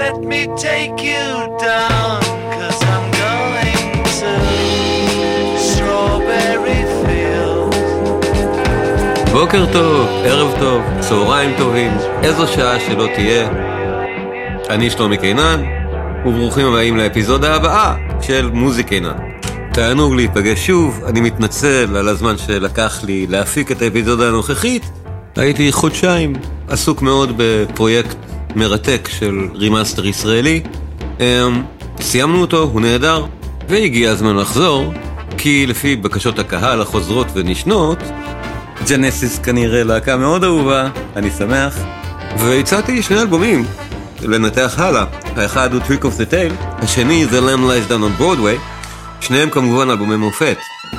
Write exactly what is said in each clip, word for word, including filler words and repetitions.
let me take you down, 'cause I'm going to Strawberry Fields. בוקר טוב, ערב טוב, צהריים טובים, איזו שעה שלא תהיה. אני שלומי קינן, וברוכים הבאים לאפיזודה הבאה של מוזיק קינן. תענוג להיפגש שוב, אני מתנצל על הזמן שלקח לי להפיק את האפיזודה הנוכחית. הייתי חודשיים עסוק מאוד בפרויקט מרתק של רימאסטר ישראלי. סיימנו אותו, הוא נהדר, והגיע הזמן לחזור, כי לפי בקשות הקהל החוזרות ונשנות, ג'נסיס כנראה להקה מאוד אהובה, אני שמח, והצעתי שני אלבומים לנתח הלאה. האחד הוא Trick of the Tail, השני The Lamb Lies Down on Broadway, שניהם כמובן אלבומי מופת.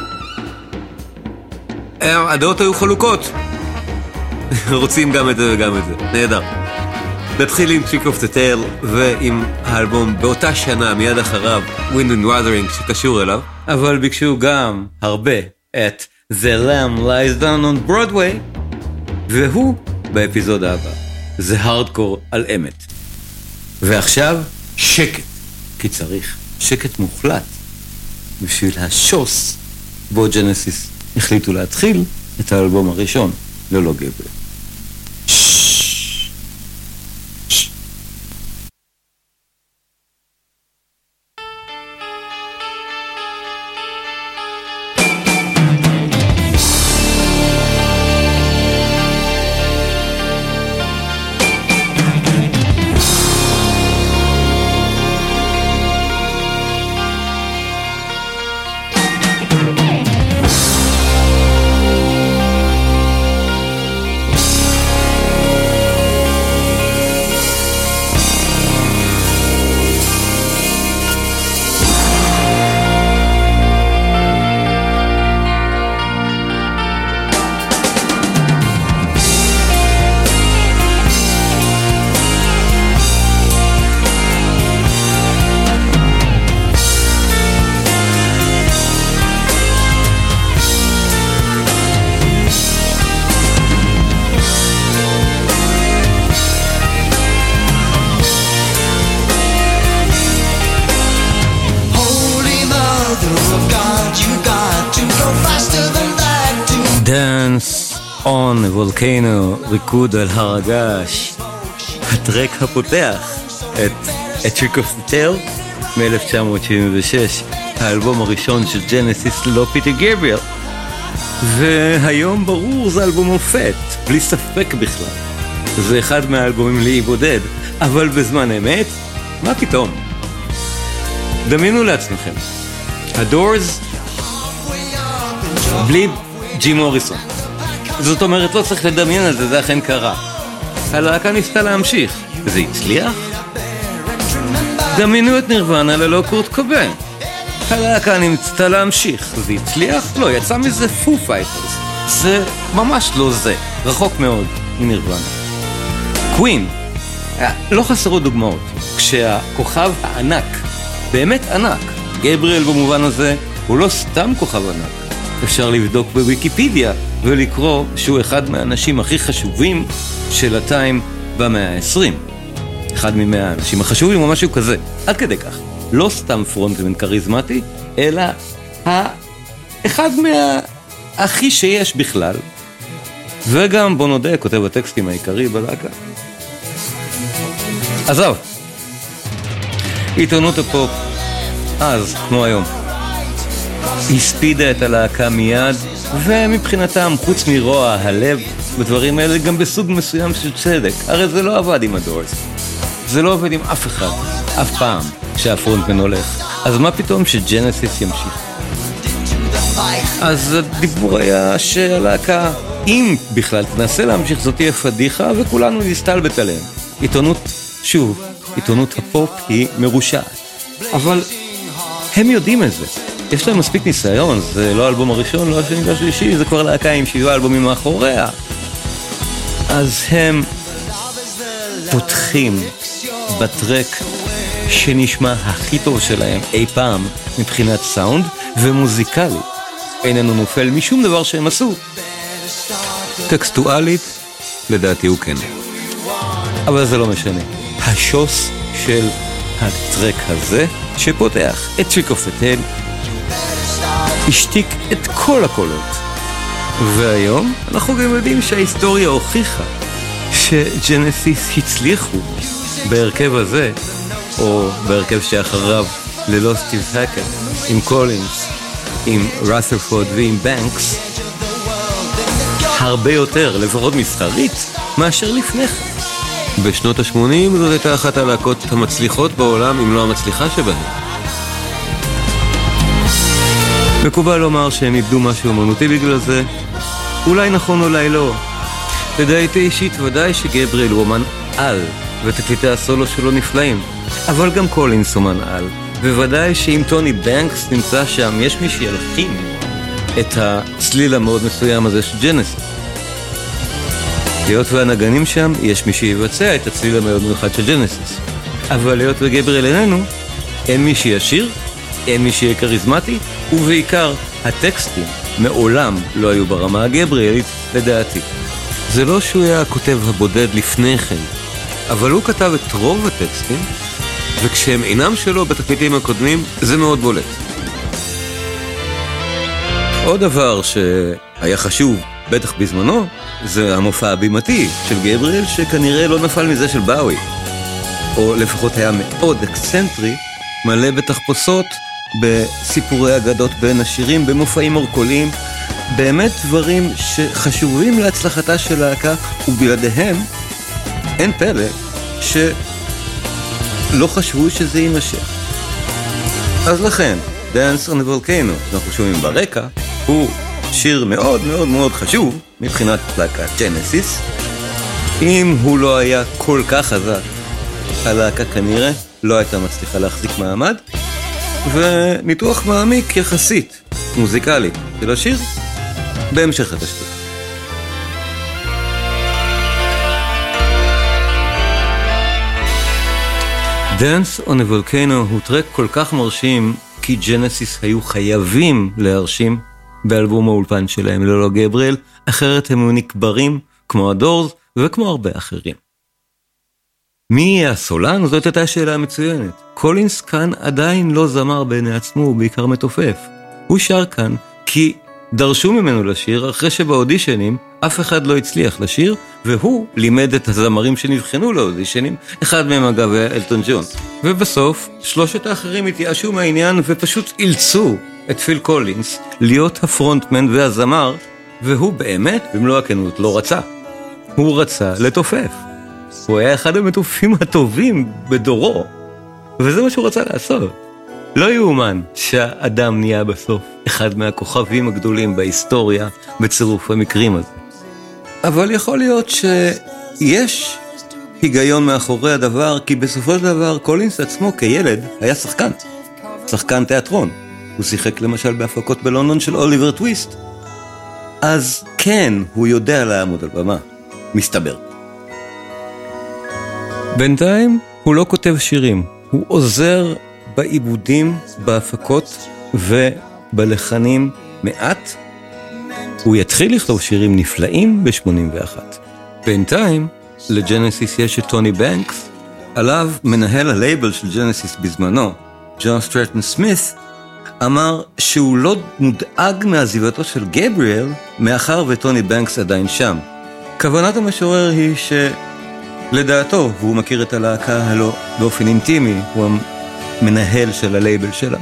הדעות היו חלוקות, רוצים גם את זה וגם את זה, נהדר. נתחיל עם Trick of the Tail ועם האלבום באותה שנה מיד אחריו Wind and Wuthering שקשור אליו, אבל ביקשו גם הרבה את The Lamb Lies Down on Broadway, והוא באפיזודה הבאה. זה הארדקור על אמת. ועכשיו שקט, כי צריך שקט מוחלט בשביל השוס בו ג'נסיס החליטו להתחיל את האלבום הראשון ללא גבר. Dance on a Volcano, ריקוד על הר הגעש. הטרק הפותח את A Trick of the Tail מ-אלף תשע מאות שבעים ושש, האלבום הראשון של ג'נסיס ללא פיטר גבריאל. והיום ברור זה אלבום מופת, בלי ספק בכלל. זה אחד מהאלבומים לאי בודד, אבל בזמן אמת, מה פתאום? דמיינו לעצמכם, הדורס בלי ג'ים מוריסון. זאת אומרת, לא צריך לדמיין על זה, זה אכן קרה. הלהקה ניסתה להמשיך, וזה הצליח? דמיינו את נירוונה ללא קורט קוביין. הלהקה ניסתה להמשיך, זה הצליח? לא, יצא מזה פו פייטרס. זה ממש לא זה, רחוק מאוד מנירוונה. קווין, לא חסרות דוגמאות, כשהכוכב הענק, באמת ענק, גבריאל במובן הזה, הוא לא סתם כוכב ענק. אפשר לבדוק בוויקיפדיה ולקרוא שהוא אחד מהאנשים הכי חשובים של הטיים במאה ה-עשרים. אחד ממאה האנשים החשובים או משהו כזה. עד כדי כך. לא סתם פרונטמן קריזמטי, אלא אחד מהכי שיש בכלל. וגם בוא נודה, כותב הטקסטים העיקרי בלהקה. עזוב. עיתונות הפופ, אז, כמו היום, הספידה את הלהקה מיד, ומבחינתם, חוץ מרוע הלב, בדברים האלה גם בסוג מסוים של צדק. הרי זה לא עבד עם הדורס. זה לא עובד עם אף אחד, אף פעם, כשהפרונטמן הולך. אז מה פתאום שג'נסיס ימשיך? אז הדיבור היה שהלהקה, אם בכלל תנסה להמשיך, זאת תהיה פדיחה, וכולנו נסתלבט עליהם. עיתונות, שוב, עיתונות הפופ היא מרושעת. אבל הם יודעים את זה. יש להם מספיק ניסיון, זה לא האלבום הראשון, לא השני והשלישי, זה כבר להקה עם שבעה אלבומים מאחוריה. אז הם פותחים בטרק שנשמע הכי טוב שלהם אי פעם מבחינת סאונד ומוזיקלי. איננו נופל משום דבר שהם עשו. טקסטואלית, לדעתי הוא כן. אבל זה לא משנה. השוס של הטרק הזה, שפותח את Trick of the Tail, השתיק את כל הקולות. והיום אנחנו גם יודעים שההיסטוריה הוכיחה שג'נסיס הצליחו בהרכב הזה, או בהרכב שאחריו ללא סטיב האקר, עם קולינס, עם רת'רפורד ועם בנקס, הרבה יותר, לפחות מסחרית, מאשר לפני כן. בשנות ה-שמונים זאת הייתה אחת הלהקות המצליחות בעולם, אם לא המצליחה שבהן. מקובל לומר שהם איבדו משהו אומנותי בגלל זה, אולי נכון אולי לא. לדעתי אישית ודאי שגבריאל הוא אומן על, ותקליטי הסולו שלו נפלאים, אבל גם קולינס אומן על, וודאי שאם טוני בנקס נמצא שם, יש מי שילחין את הצליל המאוד מסוים הזה של ג'נסיס. להיות והנגנים שם, יש מי שיבצע את הצליל המאוד מיוחד של ג'נסיס. אבל להיות וגבריאל איננו, אין מי שישיר, אין מי שיהיה קריזמטי, ובעיקר הטקסטים מעולם לא היו ברמה הגבריאלית לדעתי. זה לא שהוא היה הכותב הבודד לפני כן, אבל הוא כתב את רוב הטקסטים, וכשהם אינם שלו בתקליטים הקודמים, זה מאוד בולט. עוד דבר שהיה חשוב, בטח בזמנו, זה המופע הבימתי של גבריאל, שכנראה לא נפל מזה של באוי, או לפחות היה מאוד אקסצנטרי, מלא בתחפושות, בסיפורי אגדות בין השירים, במופעים אורקוליים, באמת דברים שחשובים להצלחתה של להקה, ובלעדיהם אין פלא שלא חשבו שזה יימשך. אז לכן, Dance on the Volcano, שאנחנו שומעים ברקע, הוא שיר מאוד מאוד מאוד חשוב מבחינת להקת ג'נסיס. אם הוא לא היה כל כך חזק, הלהקה כנראה לא הייתה מצליחה להחזיק מעמד, וניתוח מעמיק יחסית, מוזיקלי, של השיר, בהמשך התשתית. Dance on a Volcano הוא טרק כל כך מרשים, כי ג'נסיס היו חייבים להרשים באלבום האולפן שלהם ללא גבריאל, אחרת הם היו נקברים כמו הדורס וכמו הרבה אחרים. מי יהיה הסולן? זאת הייתה שאלה מצוינת. קולינס כאן עדיין לא זמר בעיני עצמו, הוא בעיקר מתופף. הוא שר כאן כי דרשו ממנו לשיר, אחרי שבאודישנים אף אחד לא הצליח לשיר, והוא לימד את הזמרים שנבחנו לאודישנים, אחד מהם אגב היה אלטון ג'ון. ובסוף שלושת האחרים התייאשו מהעניין ופשוט אילצו את פיל קולינס להיות הפרונטמן והזמר, והוא באמת במלוא הכנות לא רצה. הוא רצה לתופף. הוא היה אחד המתופים הטובים בדורו, וזה מה שהוא רצה לעשות. לא יאומן שהאדם נהיה בסוף אחד מהכוכבים הגדולים בהיסטוריה בצירוף המקרים הזה. אבל יכול להיות שיש היגיון מאחורי הדבר, כי בסופו של דבר קולינס עצמו כילד היה שחקן, שחקן תיאטרון. הוא שיחק למשל בהפקות בלונדון של אוליבר טוויסט. אז כן, הוא יודע לעמוד על במה, מסתבר. בינתיים הוא לא כותב שירים, הוא עוזר בעיבודים, בהפקות ובלחנים מעט. הוא יתחיל לכתוב שירים נפלאים ב-שמונים ואחת. בינתיים לג'נסיס יש את טוני בנקס, עליו מנהל הלייבל של ג'נסיס בזמנו, ג'ון סטרטון סמית, אמר שהוא לא מודאג מעזיבתו של גבריאל, מאחר וטוני בנקס עדיין שם. כוונת המשורר היא שלדעתו, והוא מכיר את הלהקה הלא באופן אינטימי, הוא המנהל של הלייבל שלה.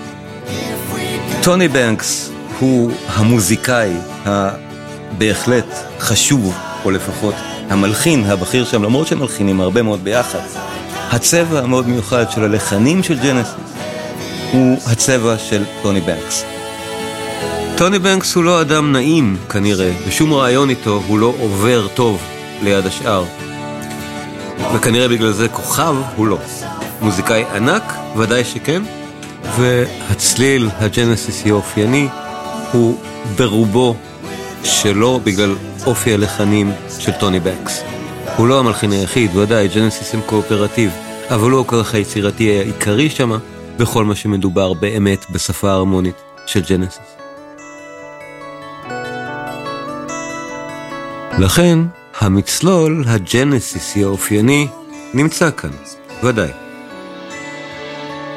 טוני בנקס הוא המוזיקאי הבהחלט חשוב, או לפחות המלחין הבכיר שם, למרות שהם מלחינים הרבה מאוד ביחד. הצבע המאוד מיוחד של הלחנים של ג'נסיס הוא הצבע של טוני בנקס. טוני בנקס הוא לא אדם נעים כנראה, ושום רעיון איתו הוא לא עובר טוב ליד השאר. וכנראה בגלל זה כוכב הוא לא. מוזיקאי ענק, ודאי שכן, והצליל הג'נסיסי האופייני הוא ברובו שלו בגלל אופי הלחנים של טוני בנקס. הוא לא המלחין היחיד, ודאי, ג'נסיס הם קואופרטיב, אבל הוא הכוח היצירתי העיקרי שמה, בכל מה שמדובר באמת בשפה ההרמונית של ג'נסיס. לכן, המצלול הג'נסיסי האופייני נמצא כאן, ודאי.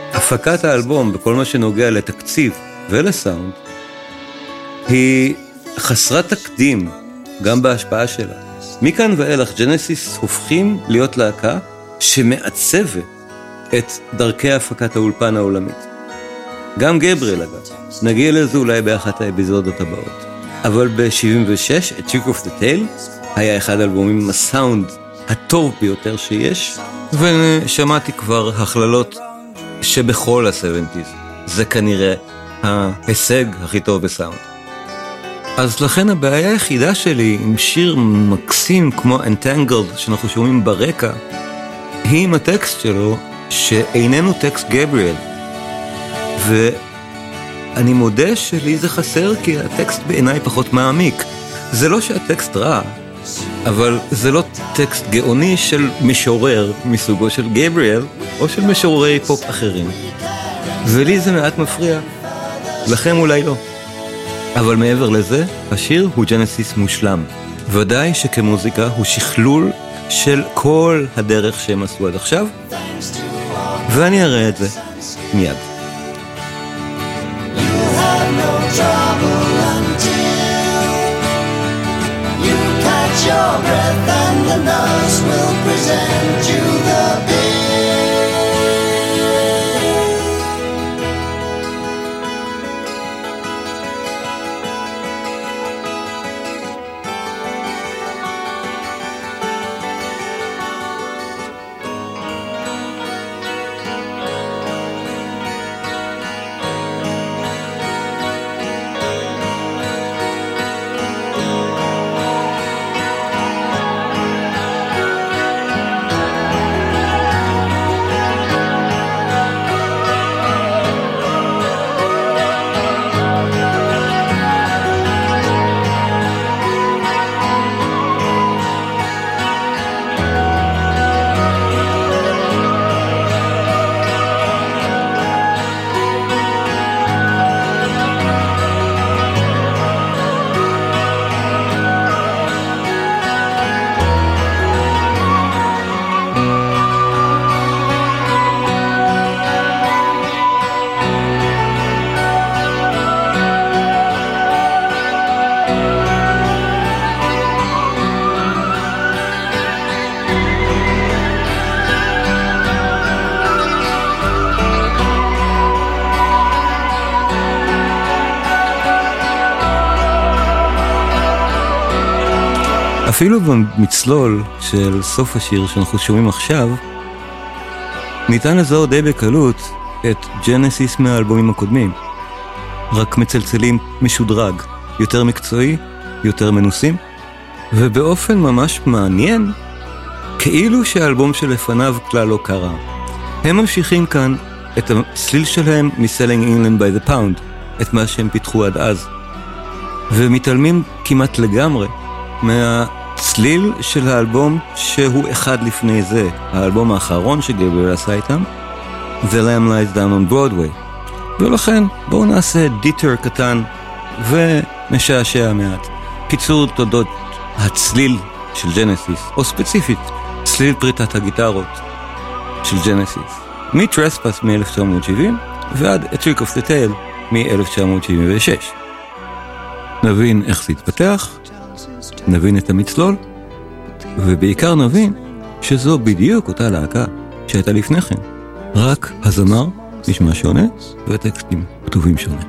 הפקת האלבום בכל מה שנוגע לתקציב ולסאונד היא חסרת תקדים גם בהשפעה שלה. מכאן ואילך ג'נסיס הופכים להיות להקה שמעצבת את דרכי הפקת האולפן העולמית. גם גבריאל אגב, נגיע לזה אולי באחת האפיזודות הבאות. אבל ב-שבעים ושש, A Trick of the Tail היה אחד האלבומים עם הסאונד הטוב ביותר שיש, ושמעתי כבר הכללות שבכל ה-שבעים זה כנראה ההישג הכי טוב בסאונד. אז לכן הבעיה היחידה שלי עם שיר מקסים כמו Entangled שאנחנו שומעים ברקע, היא עם הטקסט שלו שאיננו טקסט גבריאל. ואני מודה שלי זה חסר כי הטקסט בעיניי פחות מעמיק. זה לא שהטקסט רע, אבל זה לא טקסט גאוני של משורר מסוגו של גבריאל או של משוררי פופ אחרים. ולי זה מעט מפריע, לכם אולי לא. אבל מעבר לזה, השיר הוא ג'נסיס מושלם. ודאי שכמוזיקה הוא שכלול של כל הדרך שהם עשו עד עכשיו, ואני אראה את זה מיד. Your breath and the nurse will present you the bill. אפילו במצלול של סוף השיר שאנחנו שומעים עכשיו, ניתן לזהות די בקלות את ג'נסיס מהאלבומים הקודמים. רק מצלצלים משודרג, יותר מקצועי, יותר מנוסים, ובאופן ממש מעניין, כאילו שהאלבום שלפניו כלל לא קרה. הם ממשיכים כאן את הצליל שלהם מ-Selling England by the Pound, את מה שהם פיתחו עד אז, ומתעלמים כמעט לגמרי מהצליל של האלבום שהוא אחד לפני זה, האלבום האחרון שגבריאל עשה איתם, The Lamb Lies Down on Broadway. ולכן בואו נעשה דיטר קטן ומשעשע מעט. קיצור תודות הצליל של ג'נסיס, או ספציפית צליל פריטת הגיטרות של ג'נסיס, מ-Trespass מ-אלף תשע מאות שבעים ועד A Trick of the Tail מ-אלף תשע מאות שבעים ושש. נבין איך זה התפתח, נבין את המצלול, ובעיקר נבין שזו בדיוק אותה להקה שהייתה לפני כן, רק הזמר נשמע שונה והטקסטים כתובים שונה.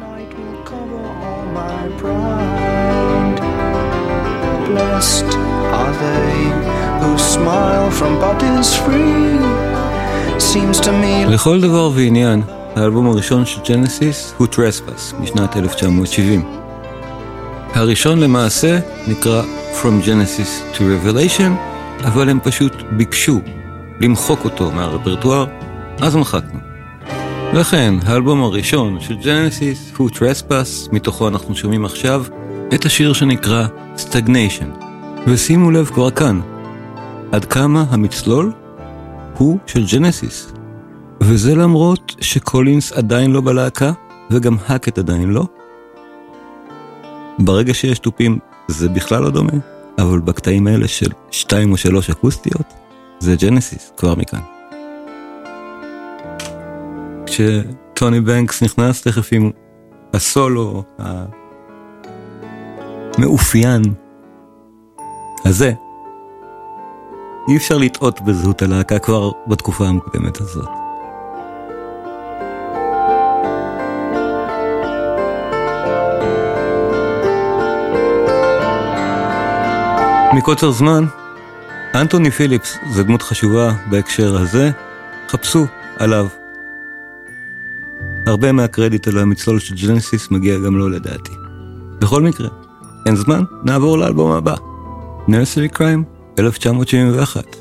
Blessed are they who smile from bodies free. Seems to me. לכל דבר ועניין, האלבום הראשון של ג'נסיס הוא Trespass משנת אלף תשע מאות שבעים. הראשון למעשה נקרא From Genesis to Revelation, אבל הם פשוט ביקשו למחוק אותו מהרפרטואר, אז מחקנו. לכן, האלבום הראשון של ג'נסיס הוא Trespass, מתוכו אנחנו שומעים עכשיו את השיר שנקרא Stagnation. ושימו לב כבר כאן, עד כמה המצלול הוא של ג'נסיס. וזה למרות שקולינס עדיין לא בלהקה, וגם הקט עדיין לא. ברגע שיש טופים זה בכלל לא דומה, אבל בקטעים האלה של שתיים או שלוש אקוסטיות, זה ג'נסיס כבר מכאן. כשטוני בנקס נכנס תכף עם הסולו המאופיין הזה, אי אפשר לטעות בזהות הלהקה כבר בתקופה המקדמת הזאת. מקוצר זמן, אנטוני פיליפס זה דמות חשובה בהקשר הזה, חפשו עליו. הרבה מהקרדיט על המצלול של ג'נסיס מגיע גם לא לדעתי. בכל מקרה, אין זמן, נעבור לאלבום הבא. Nursery Crime, אלף תשע מאות שבעים ואחת.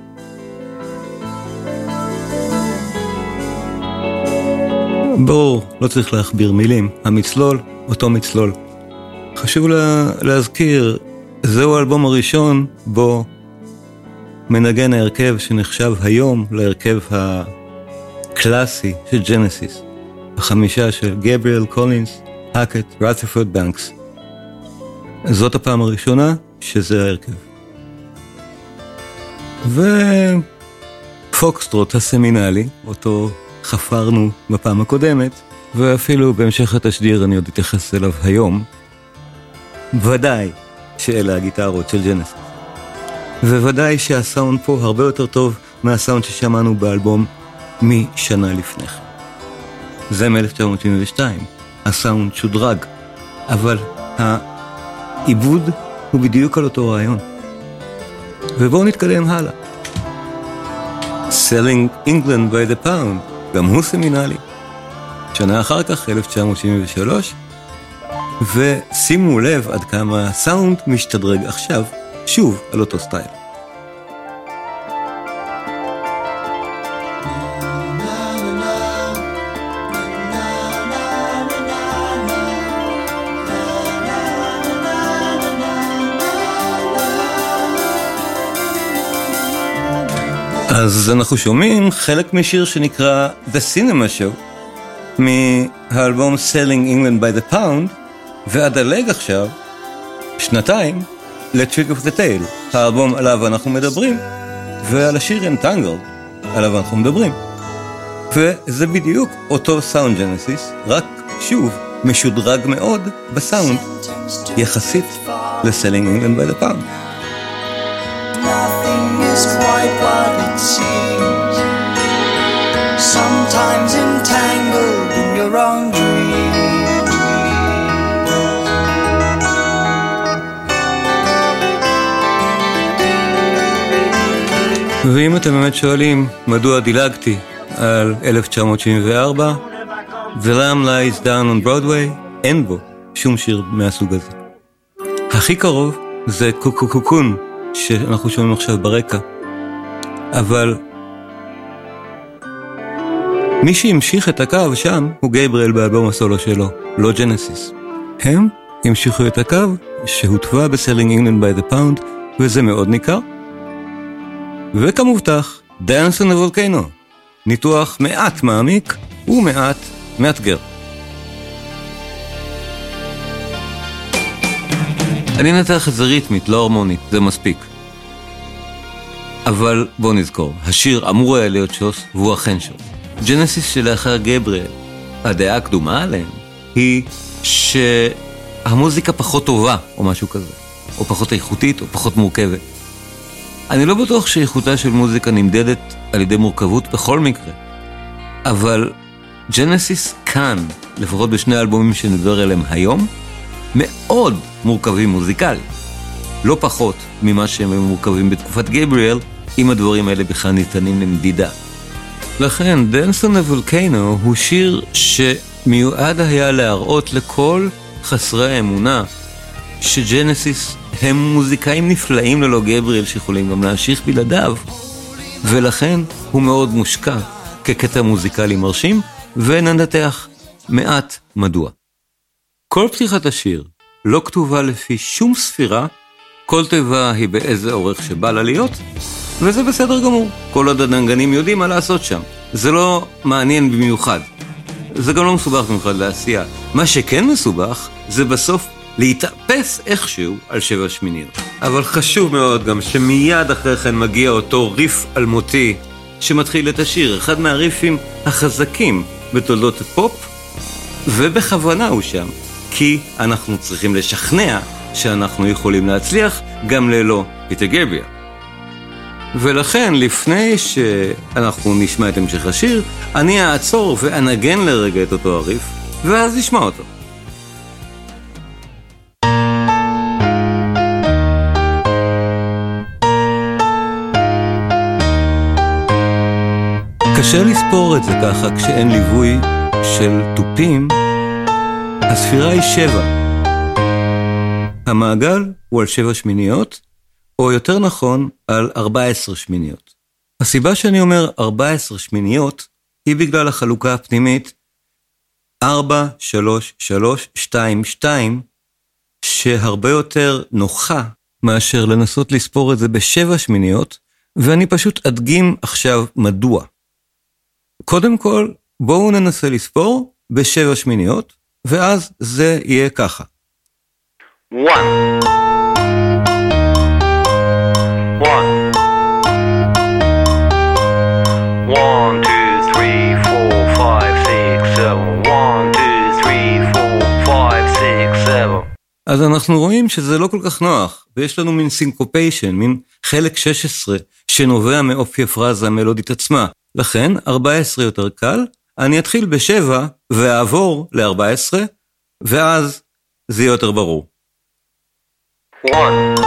ברור, לא צריך להכביר מילים. המצלול, אותו מצלול. חשוב לה, להזכיר, זהו האלבום הראשון בו מנגן ההרכב שנחשב היום להרכב הקלאסי של ג'נסיס. החמישה של גבריאל, קולינס, האקט, רת'רפורד, בנקס. זאת הפעם הראשונה שזה ההרכב. ופוקסטרוט הסמינלי, אותו חפרנו בפעם הקודמת, ואפילו בהמשך התשדיר אני עוד אתייחס אליו היום, ודאי שאלה הגיטרות של ג'נסיס. וודאי שהסאונד פה הרבה יותר טוב מהסאונד ששמענו באלבום משנה לפני כן. זה מ-אלף תשע מאות שבעים ושתיים, הסאונד שודרג, אבל העיבוד הוא בדיוק על אותו רעיון. ובואו נתקדם הלאה. Selling England by the Pound, גם הוא סמינלי. שנה אחר כך, אלף תשע מאות שבעים ושלוש, ושימו לב עד כמה הסאונד משתדרג עכשיו, שוב על אותו סטייל. אז אנחנו שומעים חלק משיר שנקרא The Cinema Show, מהאלבום Selling England by the Pound, ואדלג עכשיו שנתיים ל-Trick of the Tail, האלבום עליו אנחנו מדברים, ועל השיר Entangled עליו אנחנו מדברים. וזה בדיוק אותו סאונד ג'נסיס, רק שוב משודרג מאוד בסאונד יחסית ל-Selling England by the Pound. Nothing is quite what it seems. Sometimes entangled in your own dreams. ואם אתם באמת שואלים מדוע דילגתי על אלף תשע מאות שבעים וארבע, The Lamb Lies Down on Broadway, אין בו שום שיר מהסוג הזה. הכי קרוב זה קוקוקוקון שאנחנו שומעים עכשיו ברקע, אבל מי שהמשיך את הקו שם הוא גייבריאל באלבום הסולו שלו, לא ג'נסיס. הם המשיכו את הקו שהוטבע ב-Selling England by the Pound, וזה מאוד ניכר. וכמובטח, Dance on the Volcano, ניתוח מעט מעמיק ומעט מאתגר. אני נתח את זה ריתמית, לא הרמונית, זה מספיק. אבל בוא נזכור, השיר אמור היה להיות שוס, והוא אכן שוס. ג'נסיס שלאחר גבריאל, הדעה הקדומה עליהם, היא שהמוזיקה פחות טובה, או משהו כזה. או פחות איכותית, או פחות מורכבת. אני לא בטוח שאיכותה של מוזיקה נמדדת על ידי מורכבות בכל מקרה. אבל ג'נסיס כאן, לפחות בשני האלבומים שנדבר אליהם היום, מאוד מורכבים מוזיקלית. לא פחות ממה שהם מורכבים בתקופת גבריאל, אם הדברים האלה בכלל ניתנים למדידה. לכן, Dance on the Volcano הוא שיר שמיועד היה להראות לכל חסרי האמונה שג'נסיס הם מוזיקאים נפלאים ללא גבריאל שיכולים גם להמשיך בלעדיו, ולכן הוא מאוד מושקע כקטע מוזיקלי מרשים, וננתח מעט מדוע. כל פתיחת השיר לא כתובה לפי שום ספירה, כל תיבה היא באיזה אורך שבא לה להיות, וזה בסדר גמור. כל עוד הנגנים יודעים מה לעשות שם. זה לא מעניין במיוחד. זה גם לא מסובך במיוחד לעשייה. מה שכן מסובך זה בסוף להתאפס איכשהו על שבע שמיניות. אבל חשוב מאוד גם שמיד אחרי כן מגיע אותו ריף אלמותי שמתחיל את השיר, אחד מהריפים החזקים בתולדות הפופ, ובכוונה הוא שם, כי אנחנו צריכים לשכנע שאנחנו יכולים להצליח גם ללא פיטר גבריאל. ולכן, לפני שאנחנו נשמע את המשך השיר, אני אעצור ואנגן לרגע את אותו הריף, ואז נשמע אותו. קשה לספור את זה ככה כשאין ליווי של טופים. הספירה היא שבע. המעגל הוא על שבע שמיניות, או יותר נכון על ארבע עשרה שמיניות. הסיבה שאני אומר ארבע עשרה שמיניות היא בגלל החלוקה הפנימית ארבע, שלוש, שלוש, שתיים, שתיים, שהרבה יותר נוחה מאשר לנסות לספור את זה בשבע שמיניות, ואני פשוט אדגים עכשיו מדוע. קודם כל, בואו ננסה לספור בשבע שמיניות, ואז זה יהיה ככה. One. One. One, two, three, four, five, six, seven. One, two, three, four, five, six, seven. אז אנחנו רואים שזה לא כל כך נוח, ויש לנו מין סינקופיישן, מין חלק שש עשרה, שנובע מאופי הפרזה המלודית עצמה. לכן, ארבע עשרה יותר קל, אני אתחיל בשבע ואעבור ל-ארבע עשרה, ואז זה יהיה יותר ברור. One.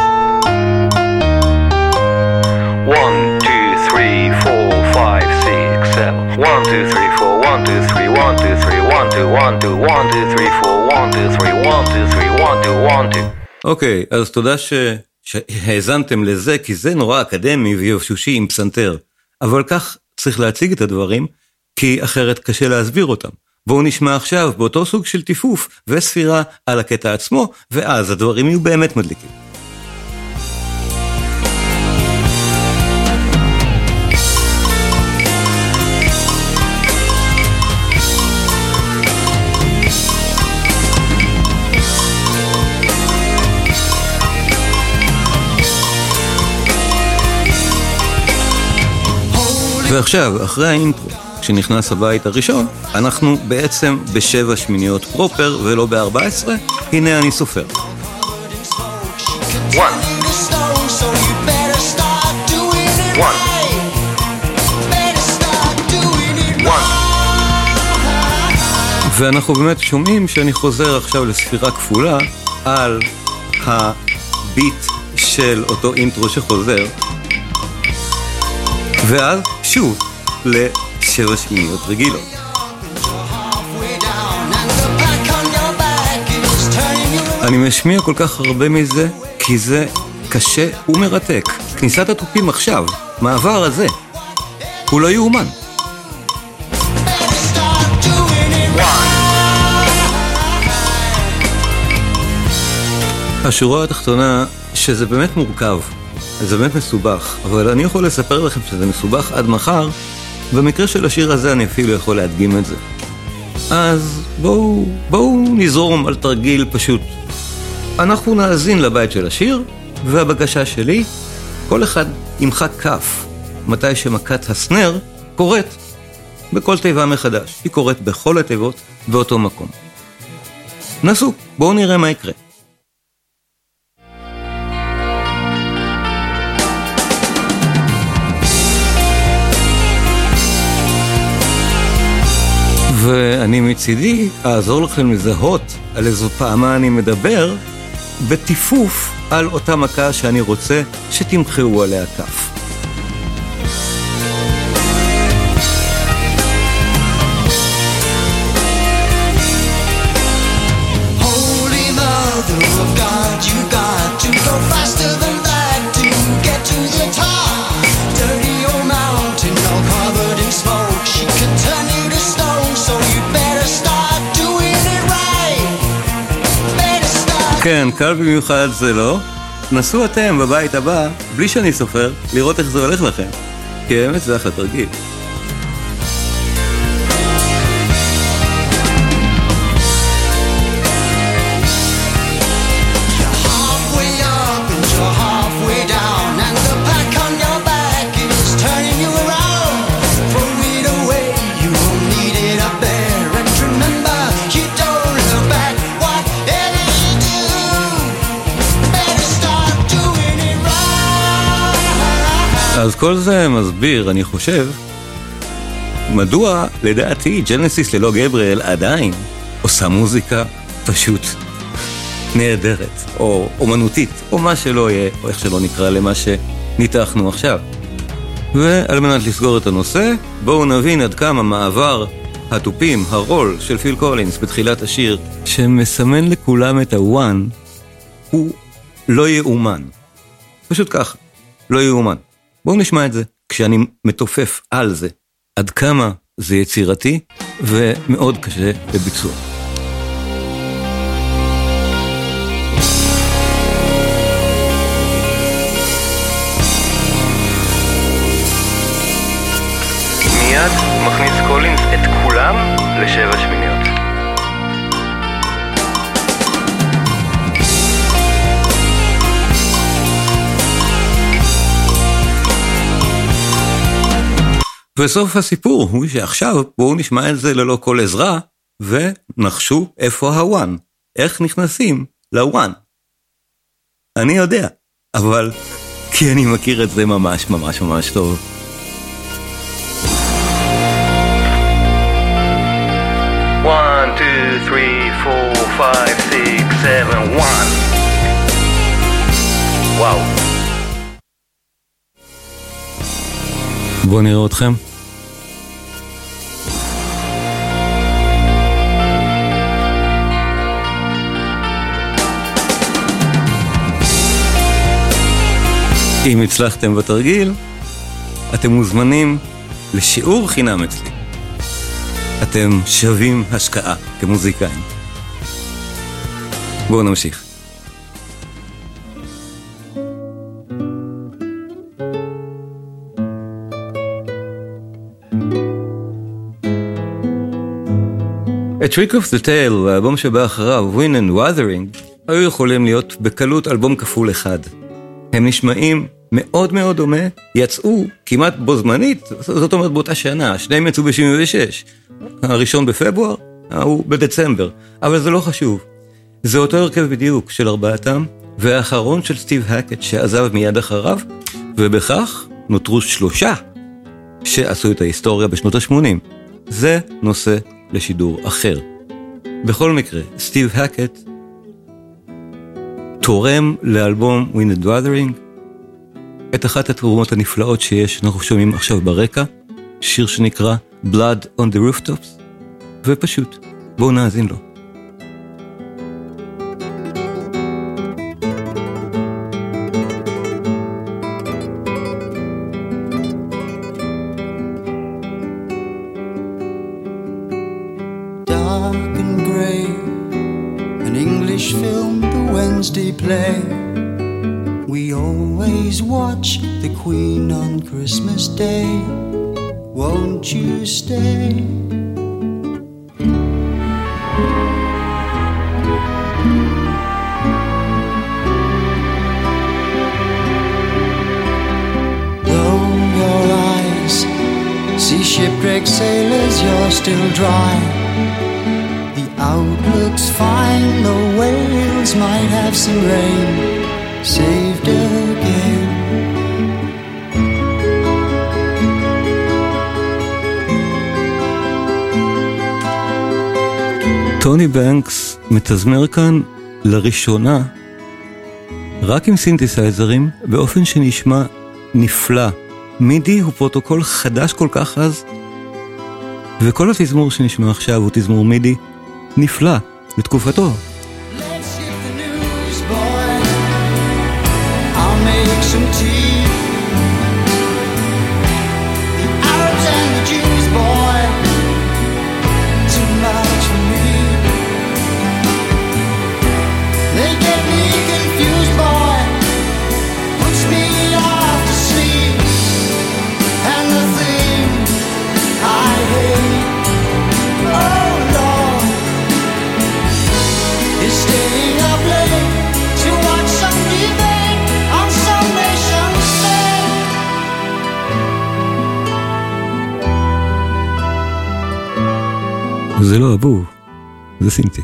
One, two, three, four, five, six, seven. One, two, three, four, one, two, three, one, two, three, one, two, one, two, one, two, three, four, one, two, three, one, two, three, one, two, one, two. אוקיי, אז תודה ש... שהאזנתם לזה, כי זה נורא אקדמי ויובשושי עם פסנתר. אבל כך צריך להציג את הדברים, כי אחרת קשה להסביר אותם. בואו נשמע עכשיו באותו סוג של טיפוף וספירה על הקטע עצמו, ואז הדברים יהיו באמת מדליקים. ועכשיו, אחרי האינטרו, כשנכנס הבית הראשון, אנחנו בעצם בשבע שמיניות פרופר ולא ב-ארבע עשרה. הנה אני סופר. One. One. One. ואנחנו באמת שומעים שאני חוזר עכשיו לספירה כפולה על הביט של אותו אינטרו שחוזר, ואז שוב לשבע שמיניות רגילות. אני משמיע כל כך הרבה מזה כי זה קשה ומרתק. כניסת הטופים עכשיו, מעבר הזה, הוא לא יאומן. השורה התחתונה שזה באמת מורכב, זה באמת מסובך, אבל אני יכול לספר לכם שזה מסובך עד מחר. במקרה של השיר הזה אני אפילו יכול להדגים את זה. אז בואו, בואו נזרום על תרגיל פשוט. אנחנו נאזין לבית של השיר, והבקשה שלי, כל אחד ימחק כף מתי שמכת הסנר קורית בכל תיבה מחדש. היא קורית בכל התיבות באותו מקום. נסו, בואו נראה מה יקרה. ואני מצידי אעזור לכם לזהות על איזו פעמה אני מדבר בטיפוף על אותה מכה שאני רוצה שתמחאו עליה כף. Holy Mother of God, you got to go faster than that to get to the top. Dirty old mountain all covered in smoke, she could turn you to stone, so you better start doing it right. Better start. כן, קל במיוחד זה לא. נסו אתם בבית הבא, בלי שאני סופר, לראות איך זה הולך לכם. כי באמת זה אחלה תרגיל. Halfway up and you're halfway down, and the pack on your back is turning you around. Throw it away, you won't need it up there. כל זה מסביר, אני חושב, מדוע לדעתי ג'נסיס ללא גבריאל עדיין עושה מוזיקה פשוט נהדרת, או אומנותית, או מה שלא יהיה, או איך שלא נקרא למה שניתחנו עכשיו. ועל מנת לסגור את הנושא, בואו נבין עד כמה מעבר הטופים, הרול של פיל קולינס בתחילת השיר, שמסמן לכולם את הוואן, הוא לא יאומן. פשוט ככה, לא יאומן. בואו נשמע את זה כשאני מתופף על זה, עד כמה זה יצירתי ומאוד קשה לביצוע. מיד מכניס קולינס את כולם לשבע שמיניות. וסוף הסיפור הוא שעכשיו בואו נשמע את זה ללא כל עזרה, ונחשו איפה הוואן, איך נכנסים לוואן. אני יודע, אבל כי אני מכיר את זה ממש ממש ממש טוב. one, two, three, four, five, six, seven, one. וואו. בואו נראה אתכם. אם הצלחתם בתרגיל, אתם מוזמנים לשיעור חינם אצלי. אתם שווים השקעה כמוזיקאים. בואו נמשיך. A Trick of the Tail והאלבום שבא אחריו, Wind and Wuthering, היו יכולים להיות בקלות אלבום כפול אחד. הם נשמעים מאוד מאוד דומה, יצאו כמעט בו זמנית, זאת אומרת באותה שנה, שניהם יצאו ב-שבעים ושש. הראשון בפברואר, הוא בדצמבר, אבל זה לא חשוב. זה אותו הרכב בדיוק של ארבעתם, והאחרון של סטיב הקט שעזב מיד אחריו, ובכך נותרו שלושה שעשו את ההיסטוריה בשנות ה-שמונים. זה נושא לשידור אחר. בכל מקרה, סטיב הקט תורם לאלבום Wind and Wuthering את אחת התרומות הנפלאות שיש, אנחנו שומעים עכשיו ברקע, שיר שנקרא Blood on the Rooftops, ופשוט בואו נאזין לו. Dark and grey, an English film, the Wednesday play. We always watch the Queen on Christmas Day. Won't you stay? Though your eyes see shipwrecked sailors, you're still dry. The outlook's fine, the whales might have some rain. Saved again. טוני בנקס מתזמר כאן לראשונה רק עם סינתסייזרים באופן שנשמע נפלא. מידי הוא פרוטוקול חדש כל כך אז, וכל התזמור שנשמע עכשיו הוא תזמור מידי נפלא לתקופתו. Make some tea. The Arabs and the Jews, boy, too much for me. They get me confused, boy, puts me off to sleep. And the thing I hate, oh Lord, is staying up late to watch some debate on some nation's state. זה לא אבו, זה סינטי.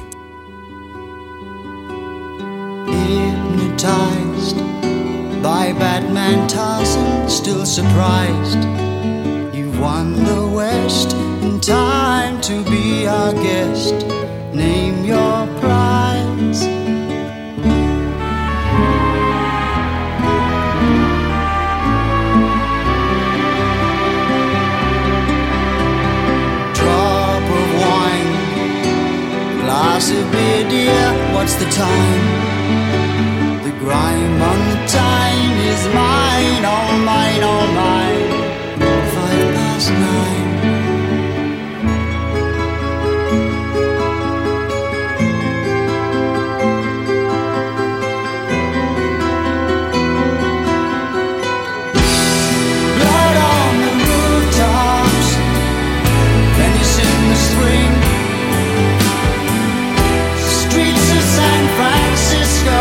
Hypnotized by Batman Tarzan's still surprised. You've won the West in time to be our guest. Name your prize. Drop of wine, glass of beer, dear, what's the time? The grime on the time is mine, all mine, all mine. Five past nine. Blood on the rooftops, Venice in the spring. Streets of San Francisco,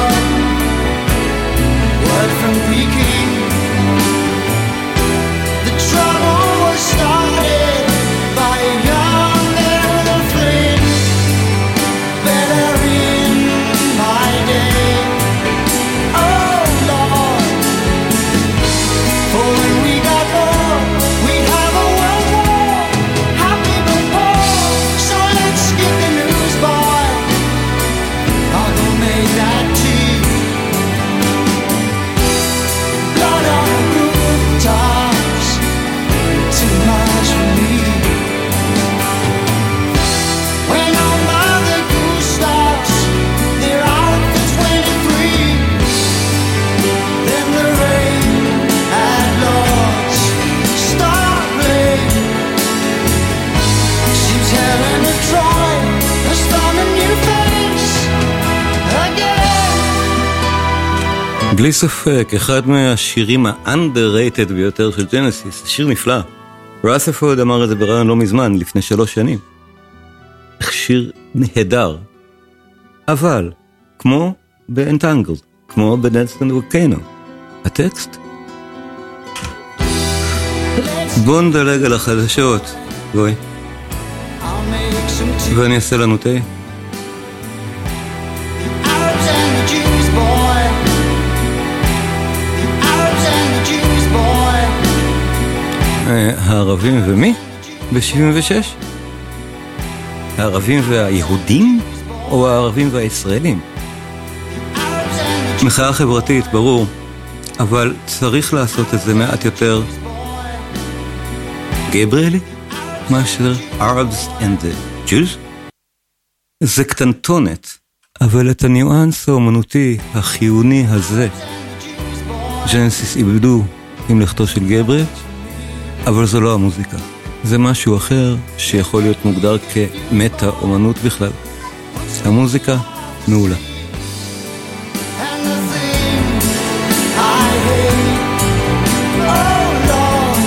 word from Peking. The trouble was started by a young Errol Flynn. Better in my day, oh Lord. For when we got bored, we'd have a world war, happy but poor. So let's skip the news, boy. I'll go make that tea. Blood on the rooftops, too much for me. When all Mother Goose stops, they're out for twenty-three. Then the rain at Lord's start rain. She's Helen of Troy, has found a new face again. בלי ספק, אחד מהשירים ה-underrated ביותר של ג'נסיס, שיר נפלא. רות'רפורד אמר את זה ברעיון לא מזמן, לפני שלוש שנים. שיר נהדר. אבל, כמו ב-Entangled, כמו ב-Dance and Volcano, הטקסט? בוא נדלג על החדשות, בואי, I'll make some tea. ואני אעשה לנו תה. Arabs and the Jews, boy. Arabs and the Jews, boy. אה, הערבים ומי? ב-שבעים ושש? הערבים והיהודים? או הערבים והישראלים? Arabs and the מחאה חברתית, ברור, אבל צריך לעשות את זה מעט יותר גבריאלי מאשר Arabs and the Jews. זה קטנטונת, אבל את הניואנס האומנותי החיוני הזה ג'נסיס איבדו עם לכתו של גבריאל, אבל זו לא המוזיקה, זה משהו אחר שיכול להיות מוגדר כמטה אומנות בכלל. המוזיקה מעולה. and the thing I hate, oh Lord,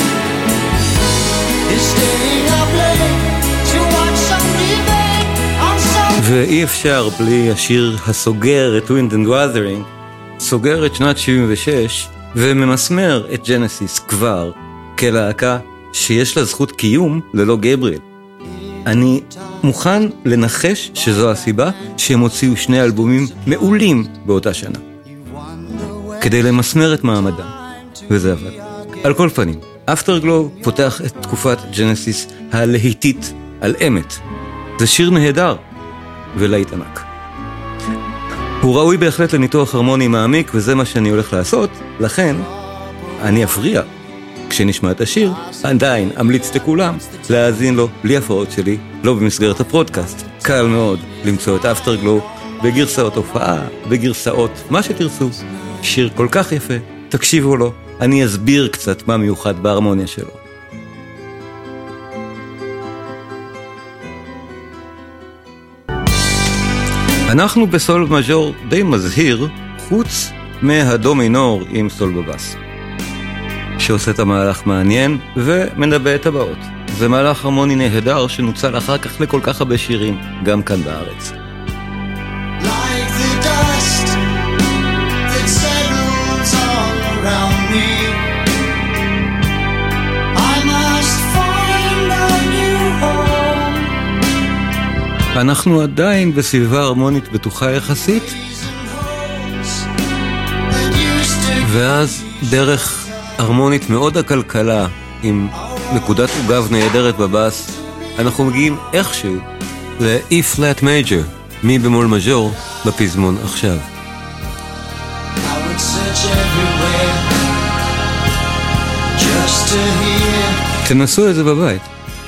is staying up late to watch some debate on some. ואי אפשר בלי השיר הסוגר את Wind and Wuthering, סוגר את שנת שבעים ושש וממסמר את ג'נסיס כבר כלהקה שיש לה זכות קיום ללא גבריאל. אני מוכן לנחש שזו הסיבה שהם הוציאו שני אלבומים מעולים באותה שנה, כדי למסמר את מעמדם, וזה עבד. על כל פנים, Afterglow פותח את תקופת ג'נסיס הלהיטית על אמת. זה שיר נהדר ולהיט ענק. הוא ראוי בהחלט לניתוח הרמוני מעמיק, וזה מה שאני הולך לעשות, לכן אני אפריע. כשנשמע את השיר, עדיין אמליץ לכולם להאזין לו בלי הפרעות שלי, לא במסגרת הפודקאסט. קל מאוד למצוא את Afterglow בגרסאות הופעה, בגרסאות מה שתרצו. שיר כל כך יפה, תקשיבו לו, אני אסביר קצת מה מיוחד בהרמוניה שלו. אנחנו בסול מז'ור די מזהיר, חוץ מהדו מינור עם סול בבאס, שעושה את המהלך מעניין ומנבא את הבאות. זה מהלך הרמוני נהדר שנוצל אחר כך לכל כך הרבה שירים, גם כאן בארץ. Like the dust that settles all around me, I must find a new home. אנחנו עדיין בסביבה הרמונית בטוחה יחסית, That used to ואז דרך הרמונית מאוד הכלכלה, עם נקודת עוגב נהדרת בבאס, אנחנו מגיעים איכשהו ל-E flat major, מי במול מז'ור בפזמון עכשיו. I would search everywhere just to hear תנסו את זה בבית.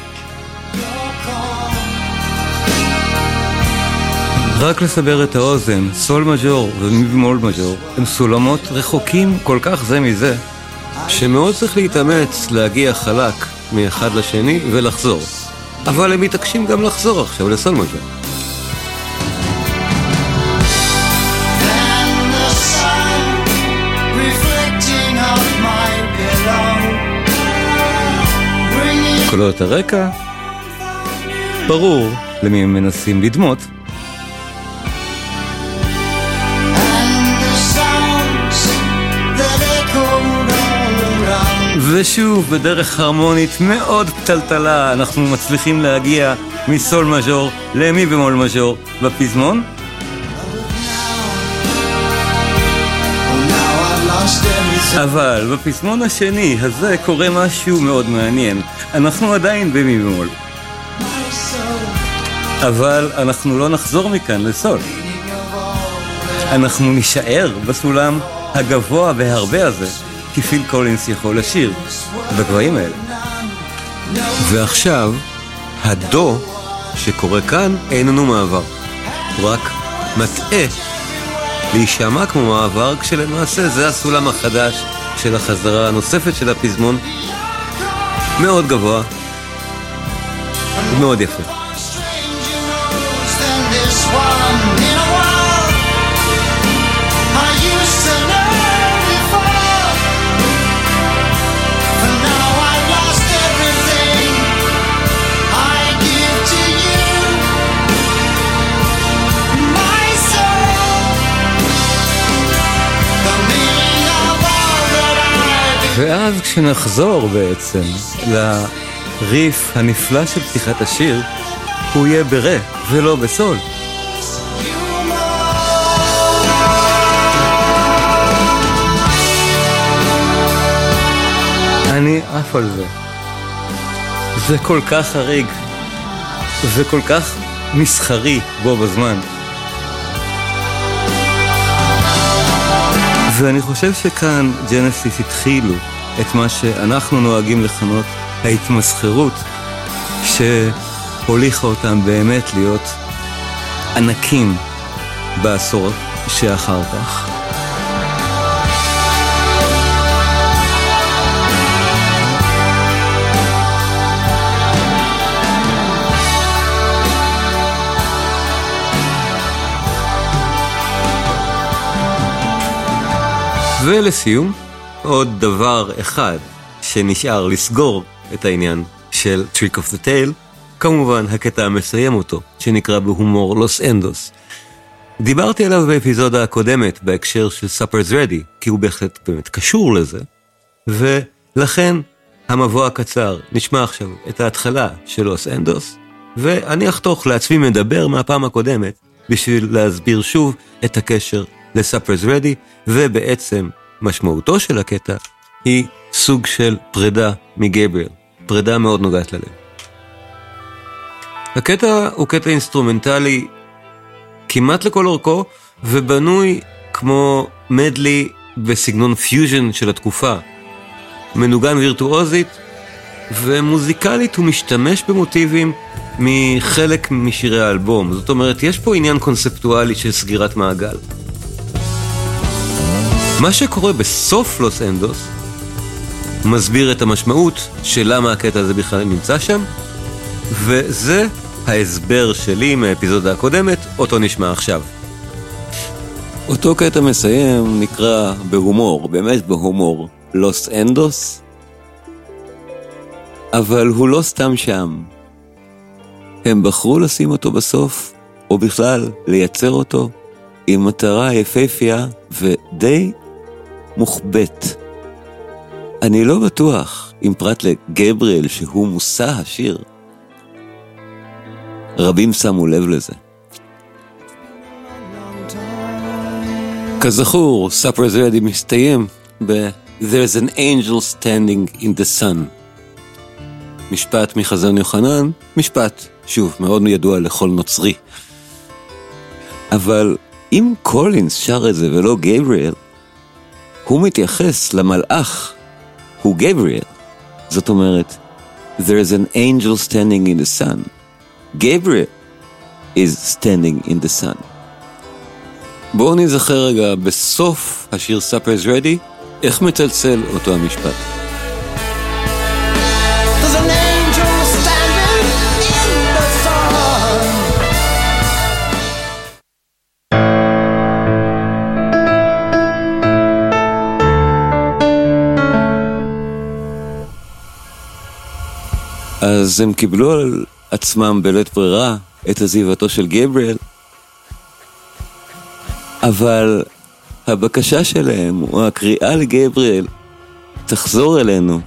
רק לסבר את האוזן, סול מז'ור ומי במול מז'ור הם סולמות רחוקים כל כך זה מזה, שמאוד צריך להתאמץ להגיע חלק מאחד לשני ולחזור. אבל הם מתעקשים גם לחזור עכשיו לסול מז'ור. and the sun reflecting off my pillow, bringing קולות הרקע, ברור למי הם מנסים לדמות, and the sounds that echoed all around. ושוב בדרך הרמונית מאוד פתלתלה אנחנו מצליחים להגיע מסול מז'ור למי במול מז'ור בפזמון. Oh, now I've lost everything. אבל בפזמון השני הזה קורה משהו מאוד מעניין. אנחנו עדיין במי במול, My soul אבל אנחנו לא נחזור מכאן לסול. beating of all that אנחנו נשאר בסולם הגבוה בהרבה הזה, כי פיל קולינס יכול לשיר בגבהים האלה. ועכשיו, הדו שקורה כאן איננו מעבר, הוא רק מטעה להישמע כמו מעבר, כשלמעשה זה הסולם החדש של החזרה הנוספת של הפזמון, מאוד גבוה ומאוד יפה. stranger knows than this one in a while. I used to know before, but now I've lost everything I give to you. My soul, the meaning of all that I do. ואז כשנחזור בעצם לריף הנפלא של פתיחת השיר, הוא יהיה ברה ולא בסול. אני עף על זה. זה כל כך חריג וכל כך מסחרי בו בזמן. ואני חושב שכאן ג'נסיס התחילו את מה שאנחנו נוהגים לכנות ההתמסחרות, שהוליכה אותם באמת להיות ענקים בעשור שאחר כך. ולסיום, עוד דבר אחד שנשאר לסגור את העניין של Trick of the Tail, כמובן הקטע המסיים אותו, שנקרא בהומור לוס אנדוס. דיברתי עליו באפיזודה הקודמת בהקשר של Supper's Ready, כי הוא בהחלט באמת קשור לזה, ולכן המבוא הקצר נשמע עכשיו את ההתחלה של לוס אנדוס, ואני אחתוך לעצמי מדבר מהפעם הקודמת, בשביל להסביר שוב את הקשר ל-Supper's Ready, ובעצם משמעותו של הקטע היא סוג של פרידה מגבריאל, פרידה מאוד נוגעת ללב. הקטע הוא קטע אינסטרומנטלי כמעט לכל אורכו, ובנוי כמו מדלי בסגנון פיוז'ן של התקופה. מנוגן וירטואוזית, ומוזיקלית הוא משתמש במוטיבים מחלק משירי האלבום. זאת אומרת, יש פה עניין קונספטואלי של סגירת מעגל. מה שקורה בסוף לוס אנדוס מסביר את המשמעות של למה הקטע הזה בכלל נמצא שם, וזה ההסבר שלי מהאפיזודה הקודמת, אותו נשמע עכשיו. אותו קטע מסיים נקרא בהומור, באמת בהומור, לוס אנדוס, אבל הוא לא סתם שם. הם בחרו לשים אותו בסוף, או בכלל לייצר אותו, עם מטרה יפהפייה ודי מוחבט. אני לא בטוח, עם פרט לגבריאל שהוא מושא השיר. רבים שמו לב לזה. כזכור, Supper's Ready מסתיים There's an angel standing in the sun. משפט מחזון יוחנן, משפט, שוב, מאוד ידוע לכל נוצרי. אבל אם קולינס שר את זה ולא גבריאל, הוא מתייחס למלאך, הוא גבריאל. זאת אומרת, there's an angel standing in the sun. Gabriel is standing in the sun. בואו נזכר רגע בסוף השיר Supper's Ready, איך מצלצל אותו המשפט. There's an angel standing in the sun. אז הם קיבלו על עצמם בלית ברירה את עזיבתו של גבריאל, אבל הבקשה שלהם, או הקריאה לגבריאל, תחזור אלינו.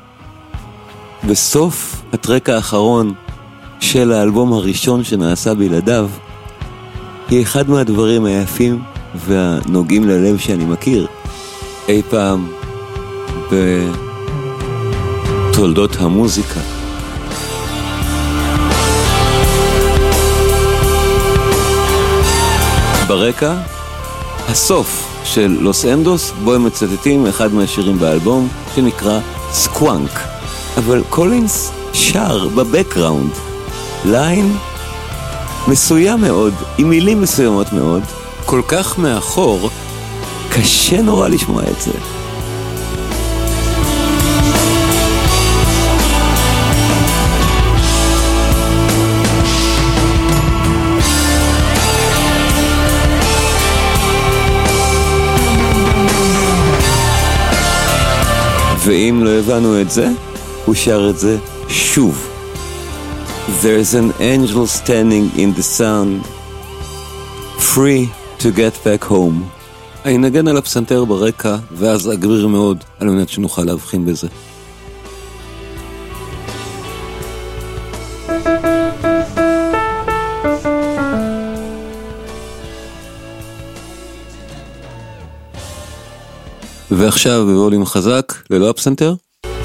בסוף הטרק האחרון של האלבום הראשון שנעשה בלעדיו, היא אחד מהדברים היפים והנוגעים ללב שאני מכיר אי פעם בתולדות המוזיקה. ברקע, הסוף של לוס אנדוס, בו הם מצטטים אחד מהשירים באלבום שנקרא סקוואנק. אבל קולינס שר בבקראונד ליין מסוים מאוד, עם מילים מסוימות מאוד, כל כך מאחור, קשה נורא לשמוע את זה. ואם לא הבנו את זה, הוא שר את זה שוב. There's an angel standing in the sun, free to get back home. אני נגן על הפסנתר ברקע, ואז אגריר מאוד, על מנת שנוכל להבחין בזה. ועכשיו בווליום חזק, ללא הפסנתר.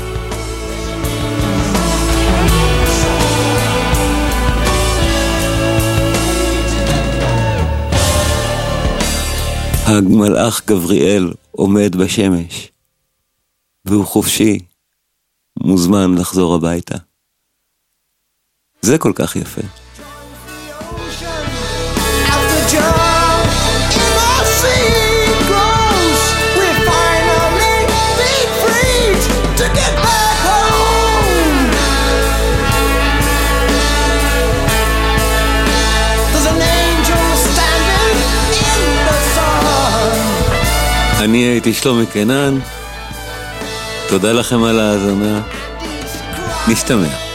המלאך גבריאל עומד בשמש, והוא חופשי, מוזמן לחזור הביתה. זה כל כך יפה. אני הייתי שלומי קינן, תודה לכם על ההאזנה, נשתמע.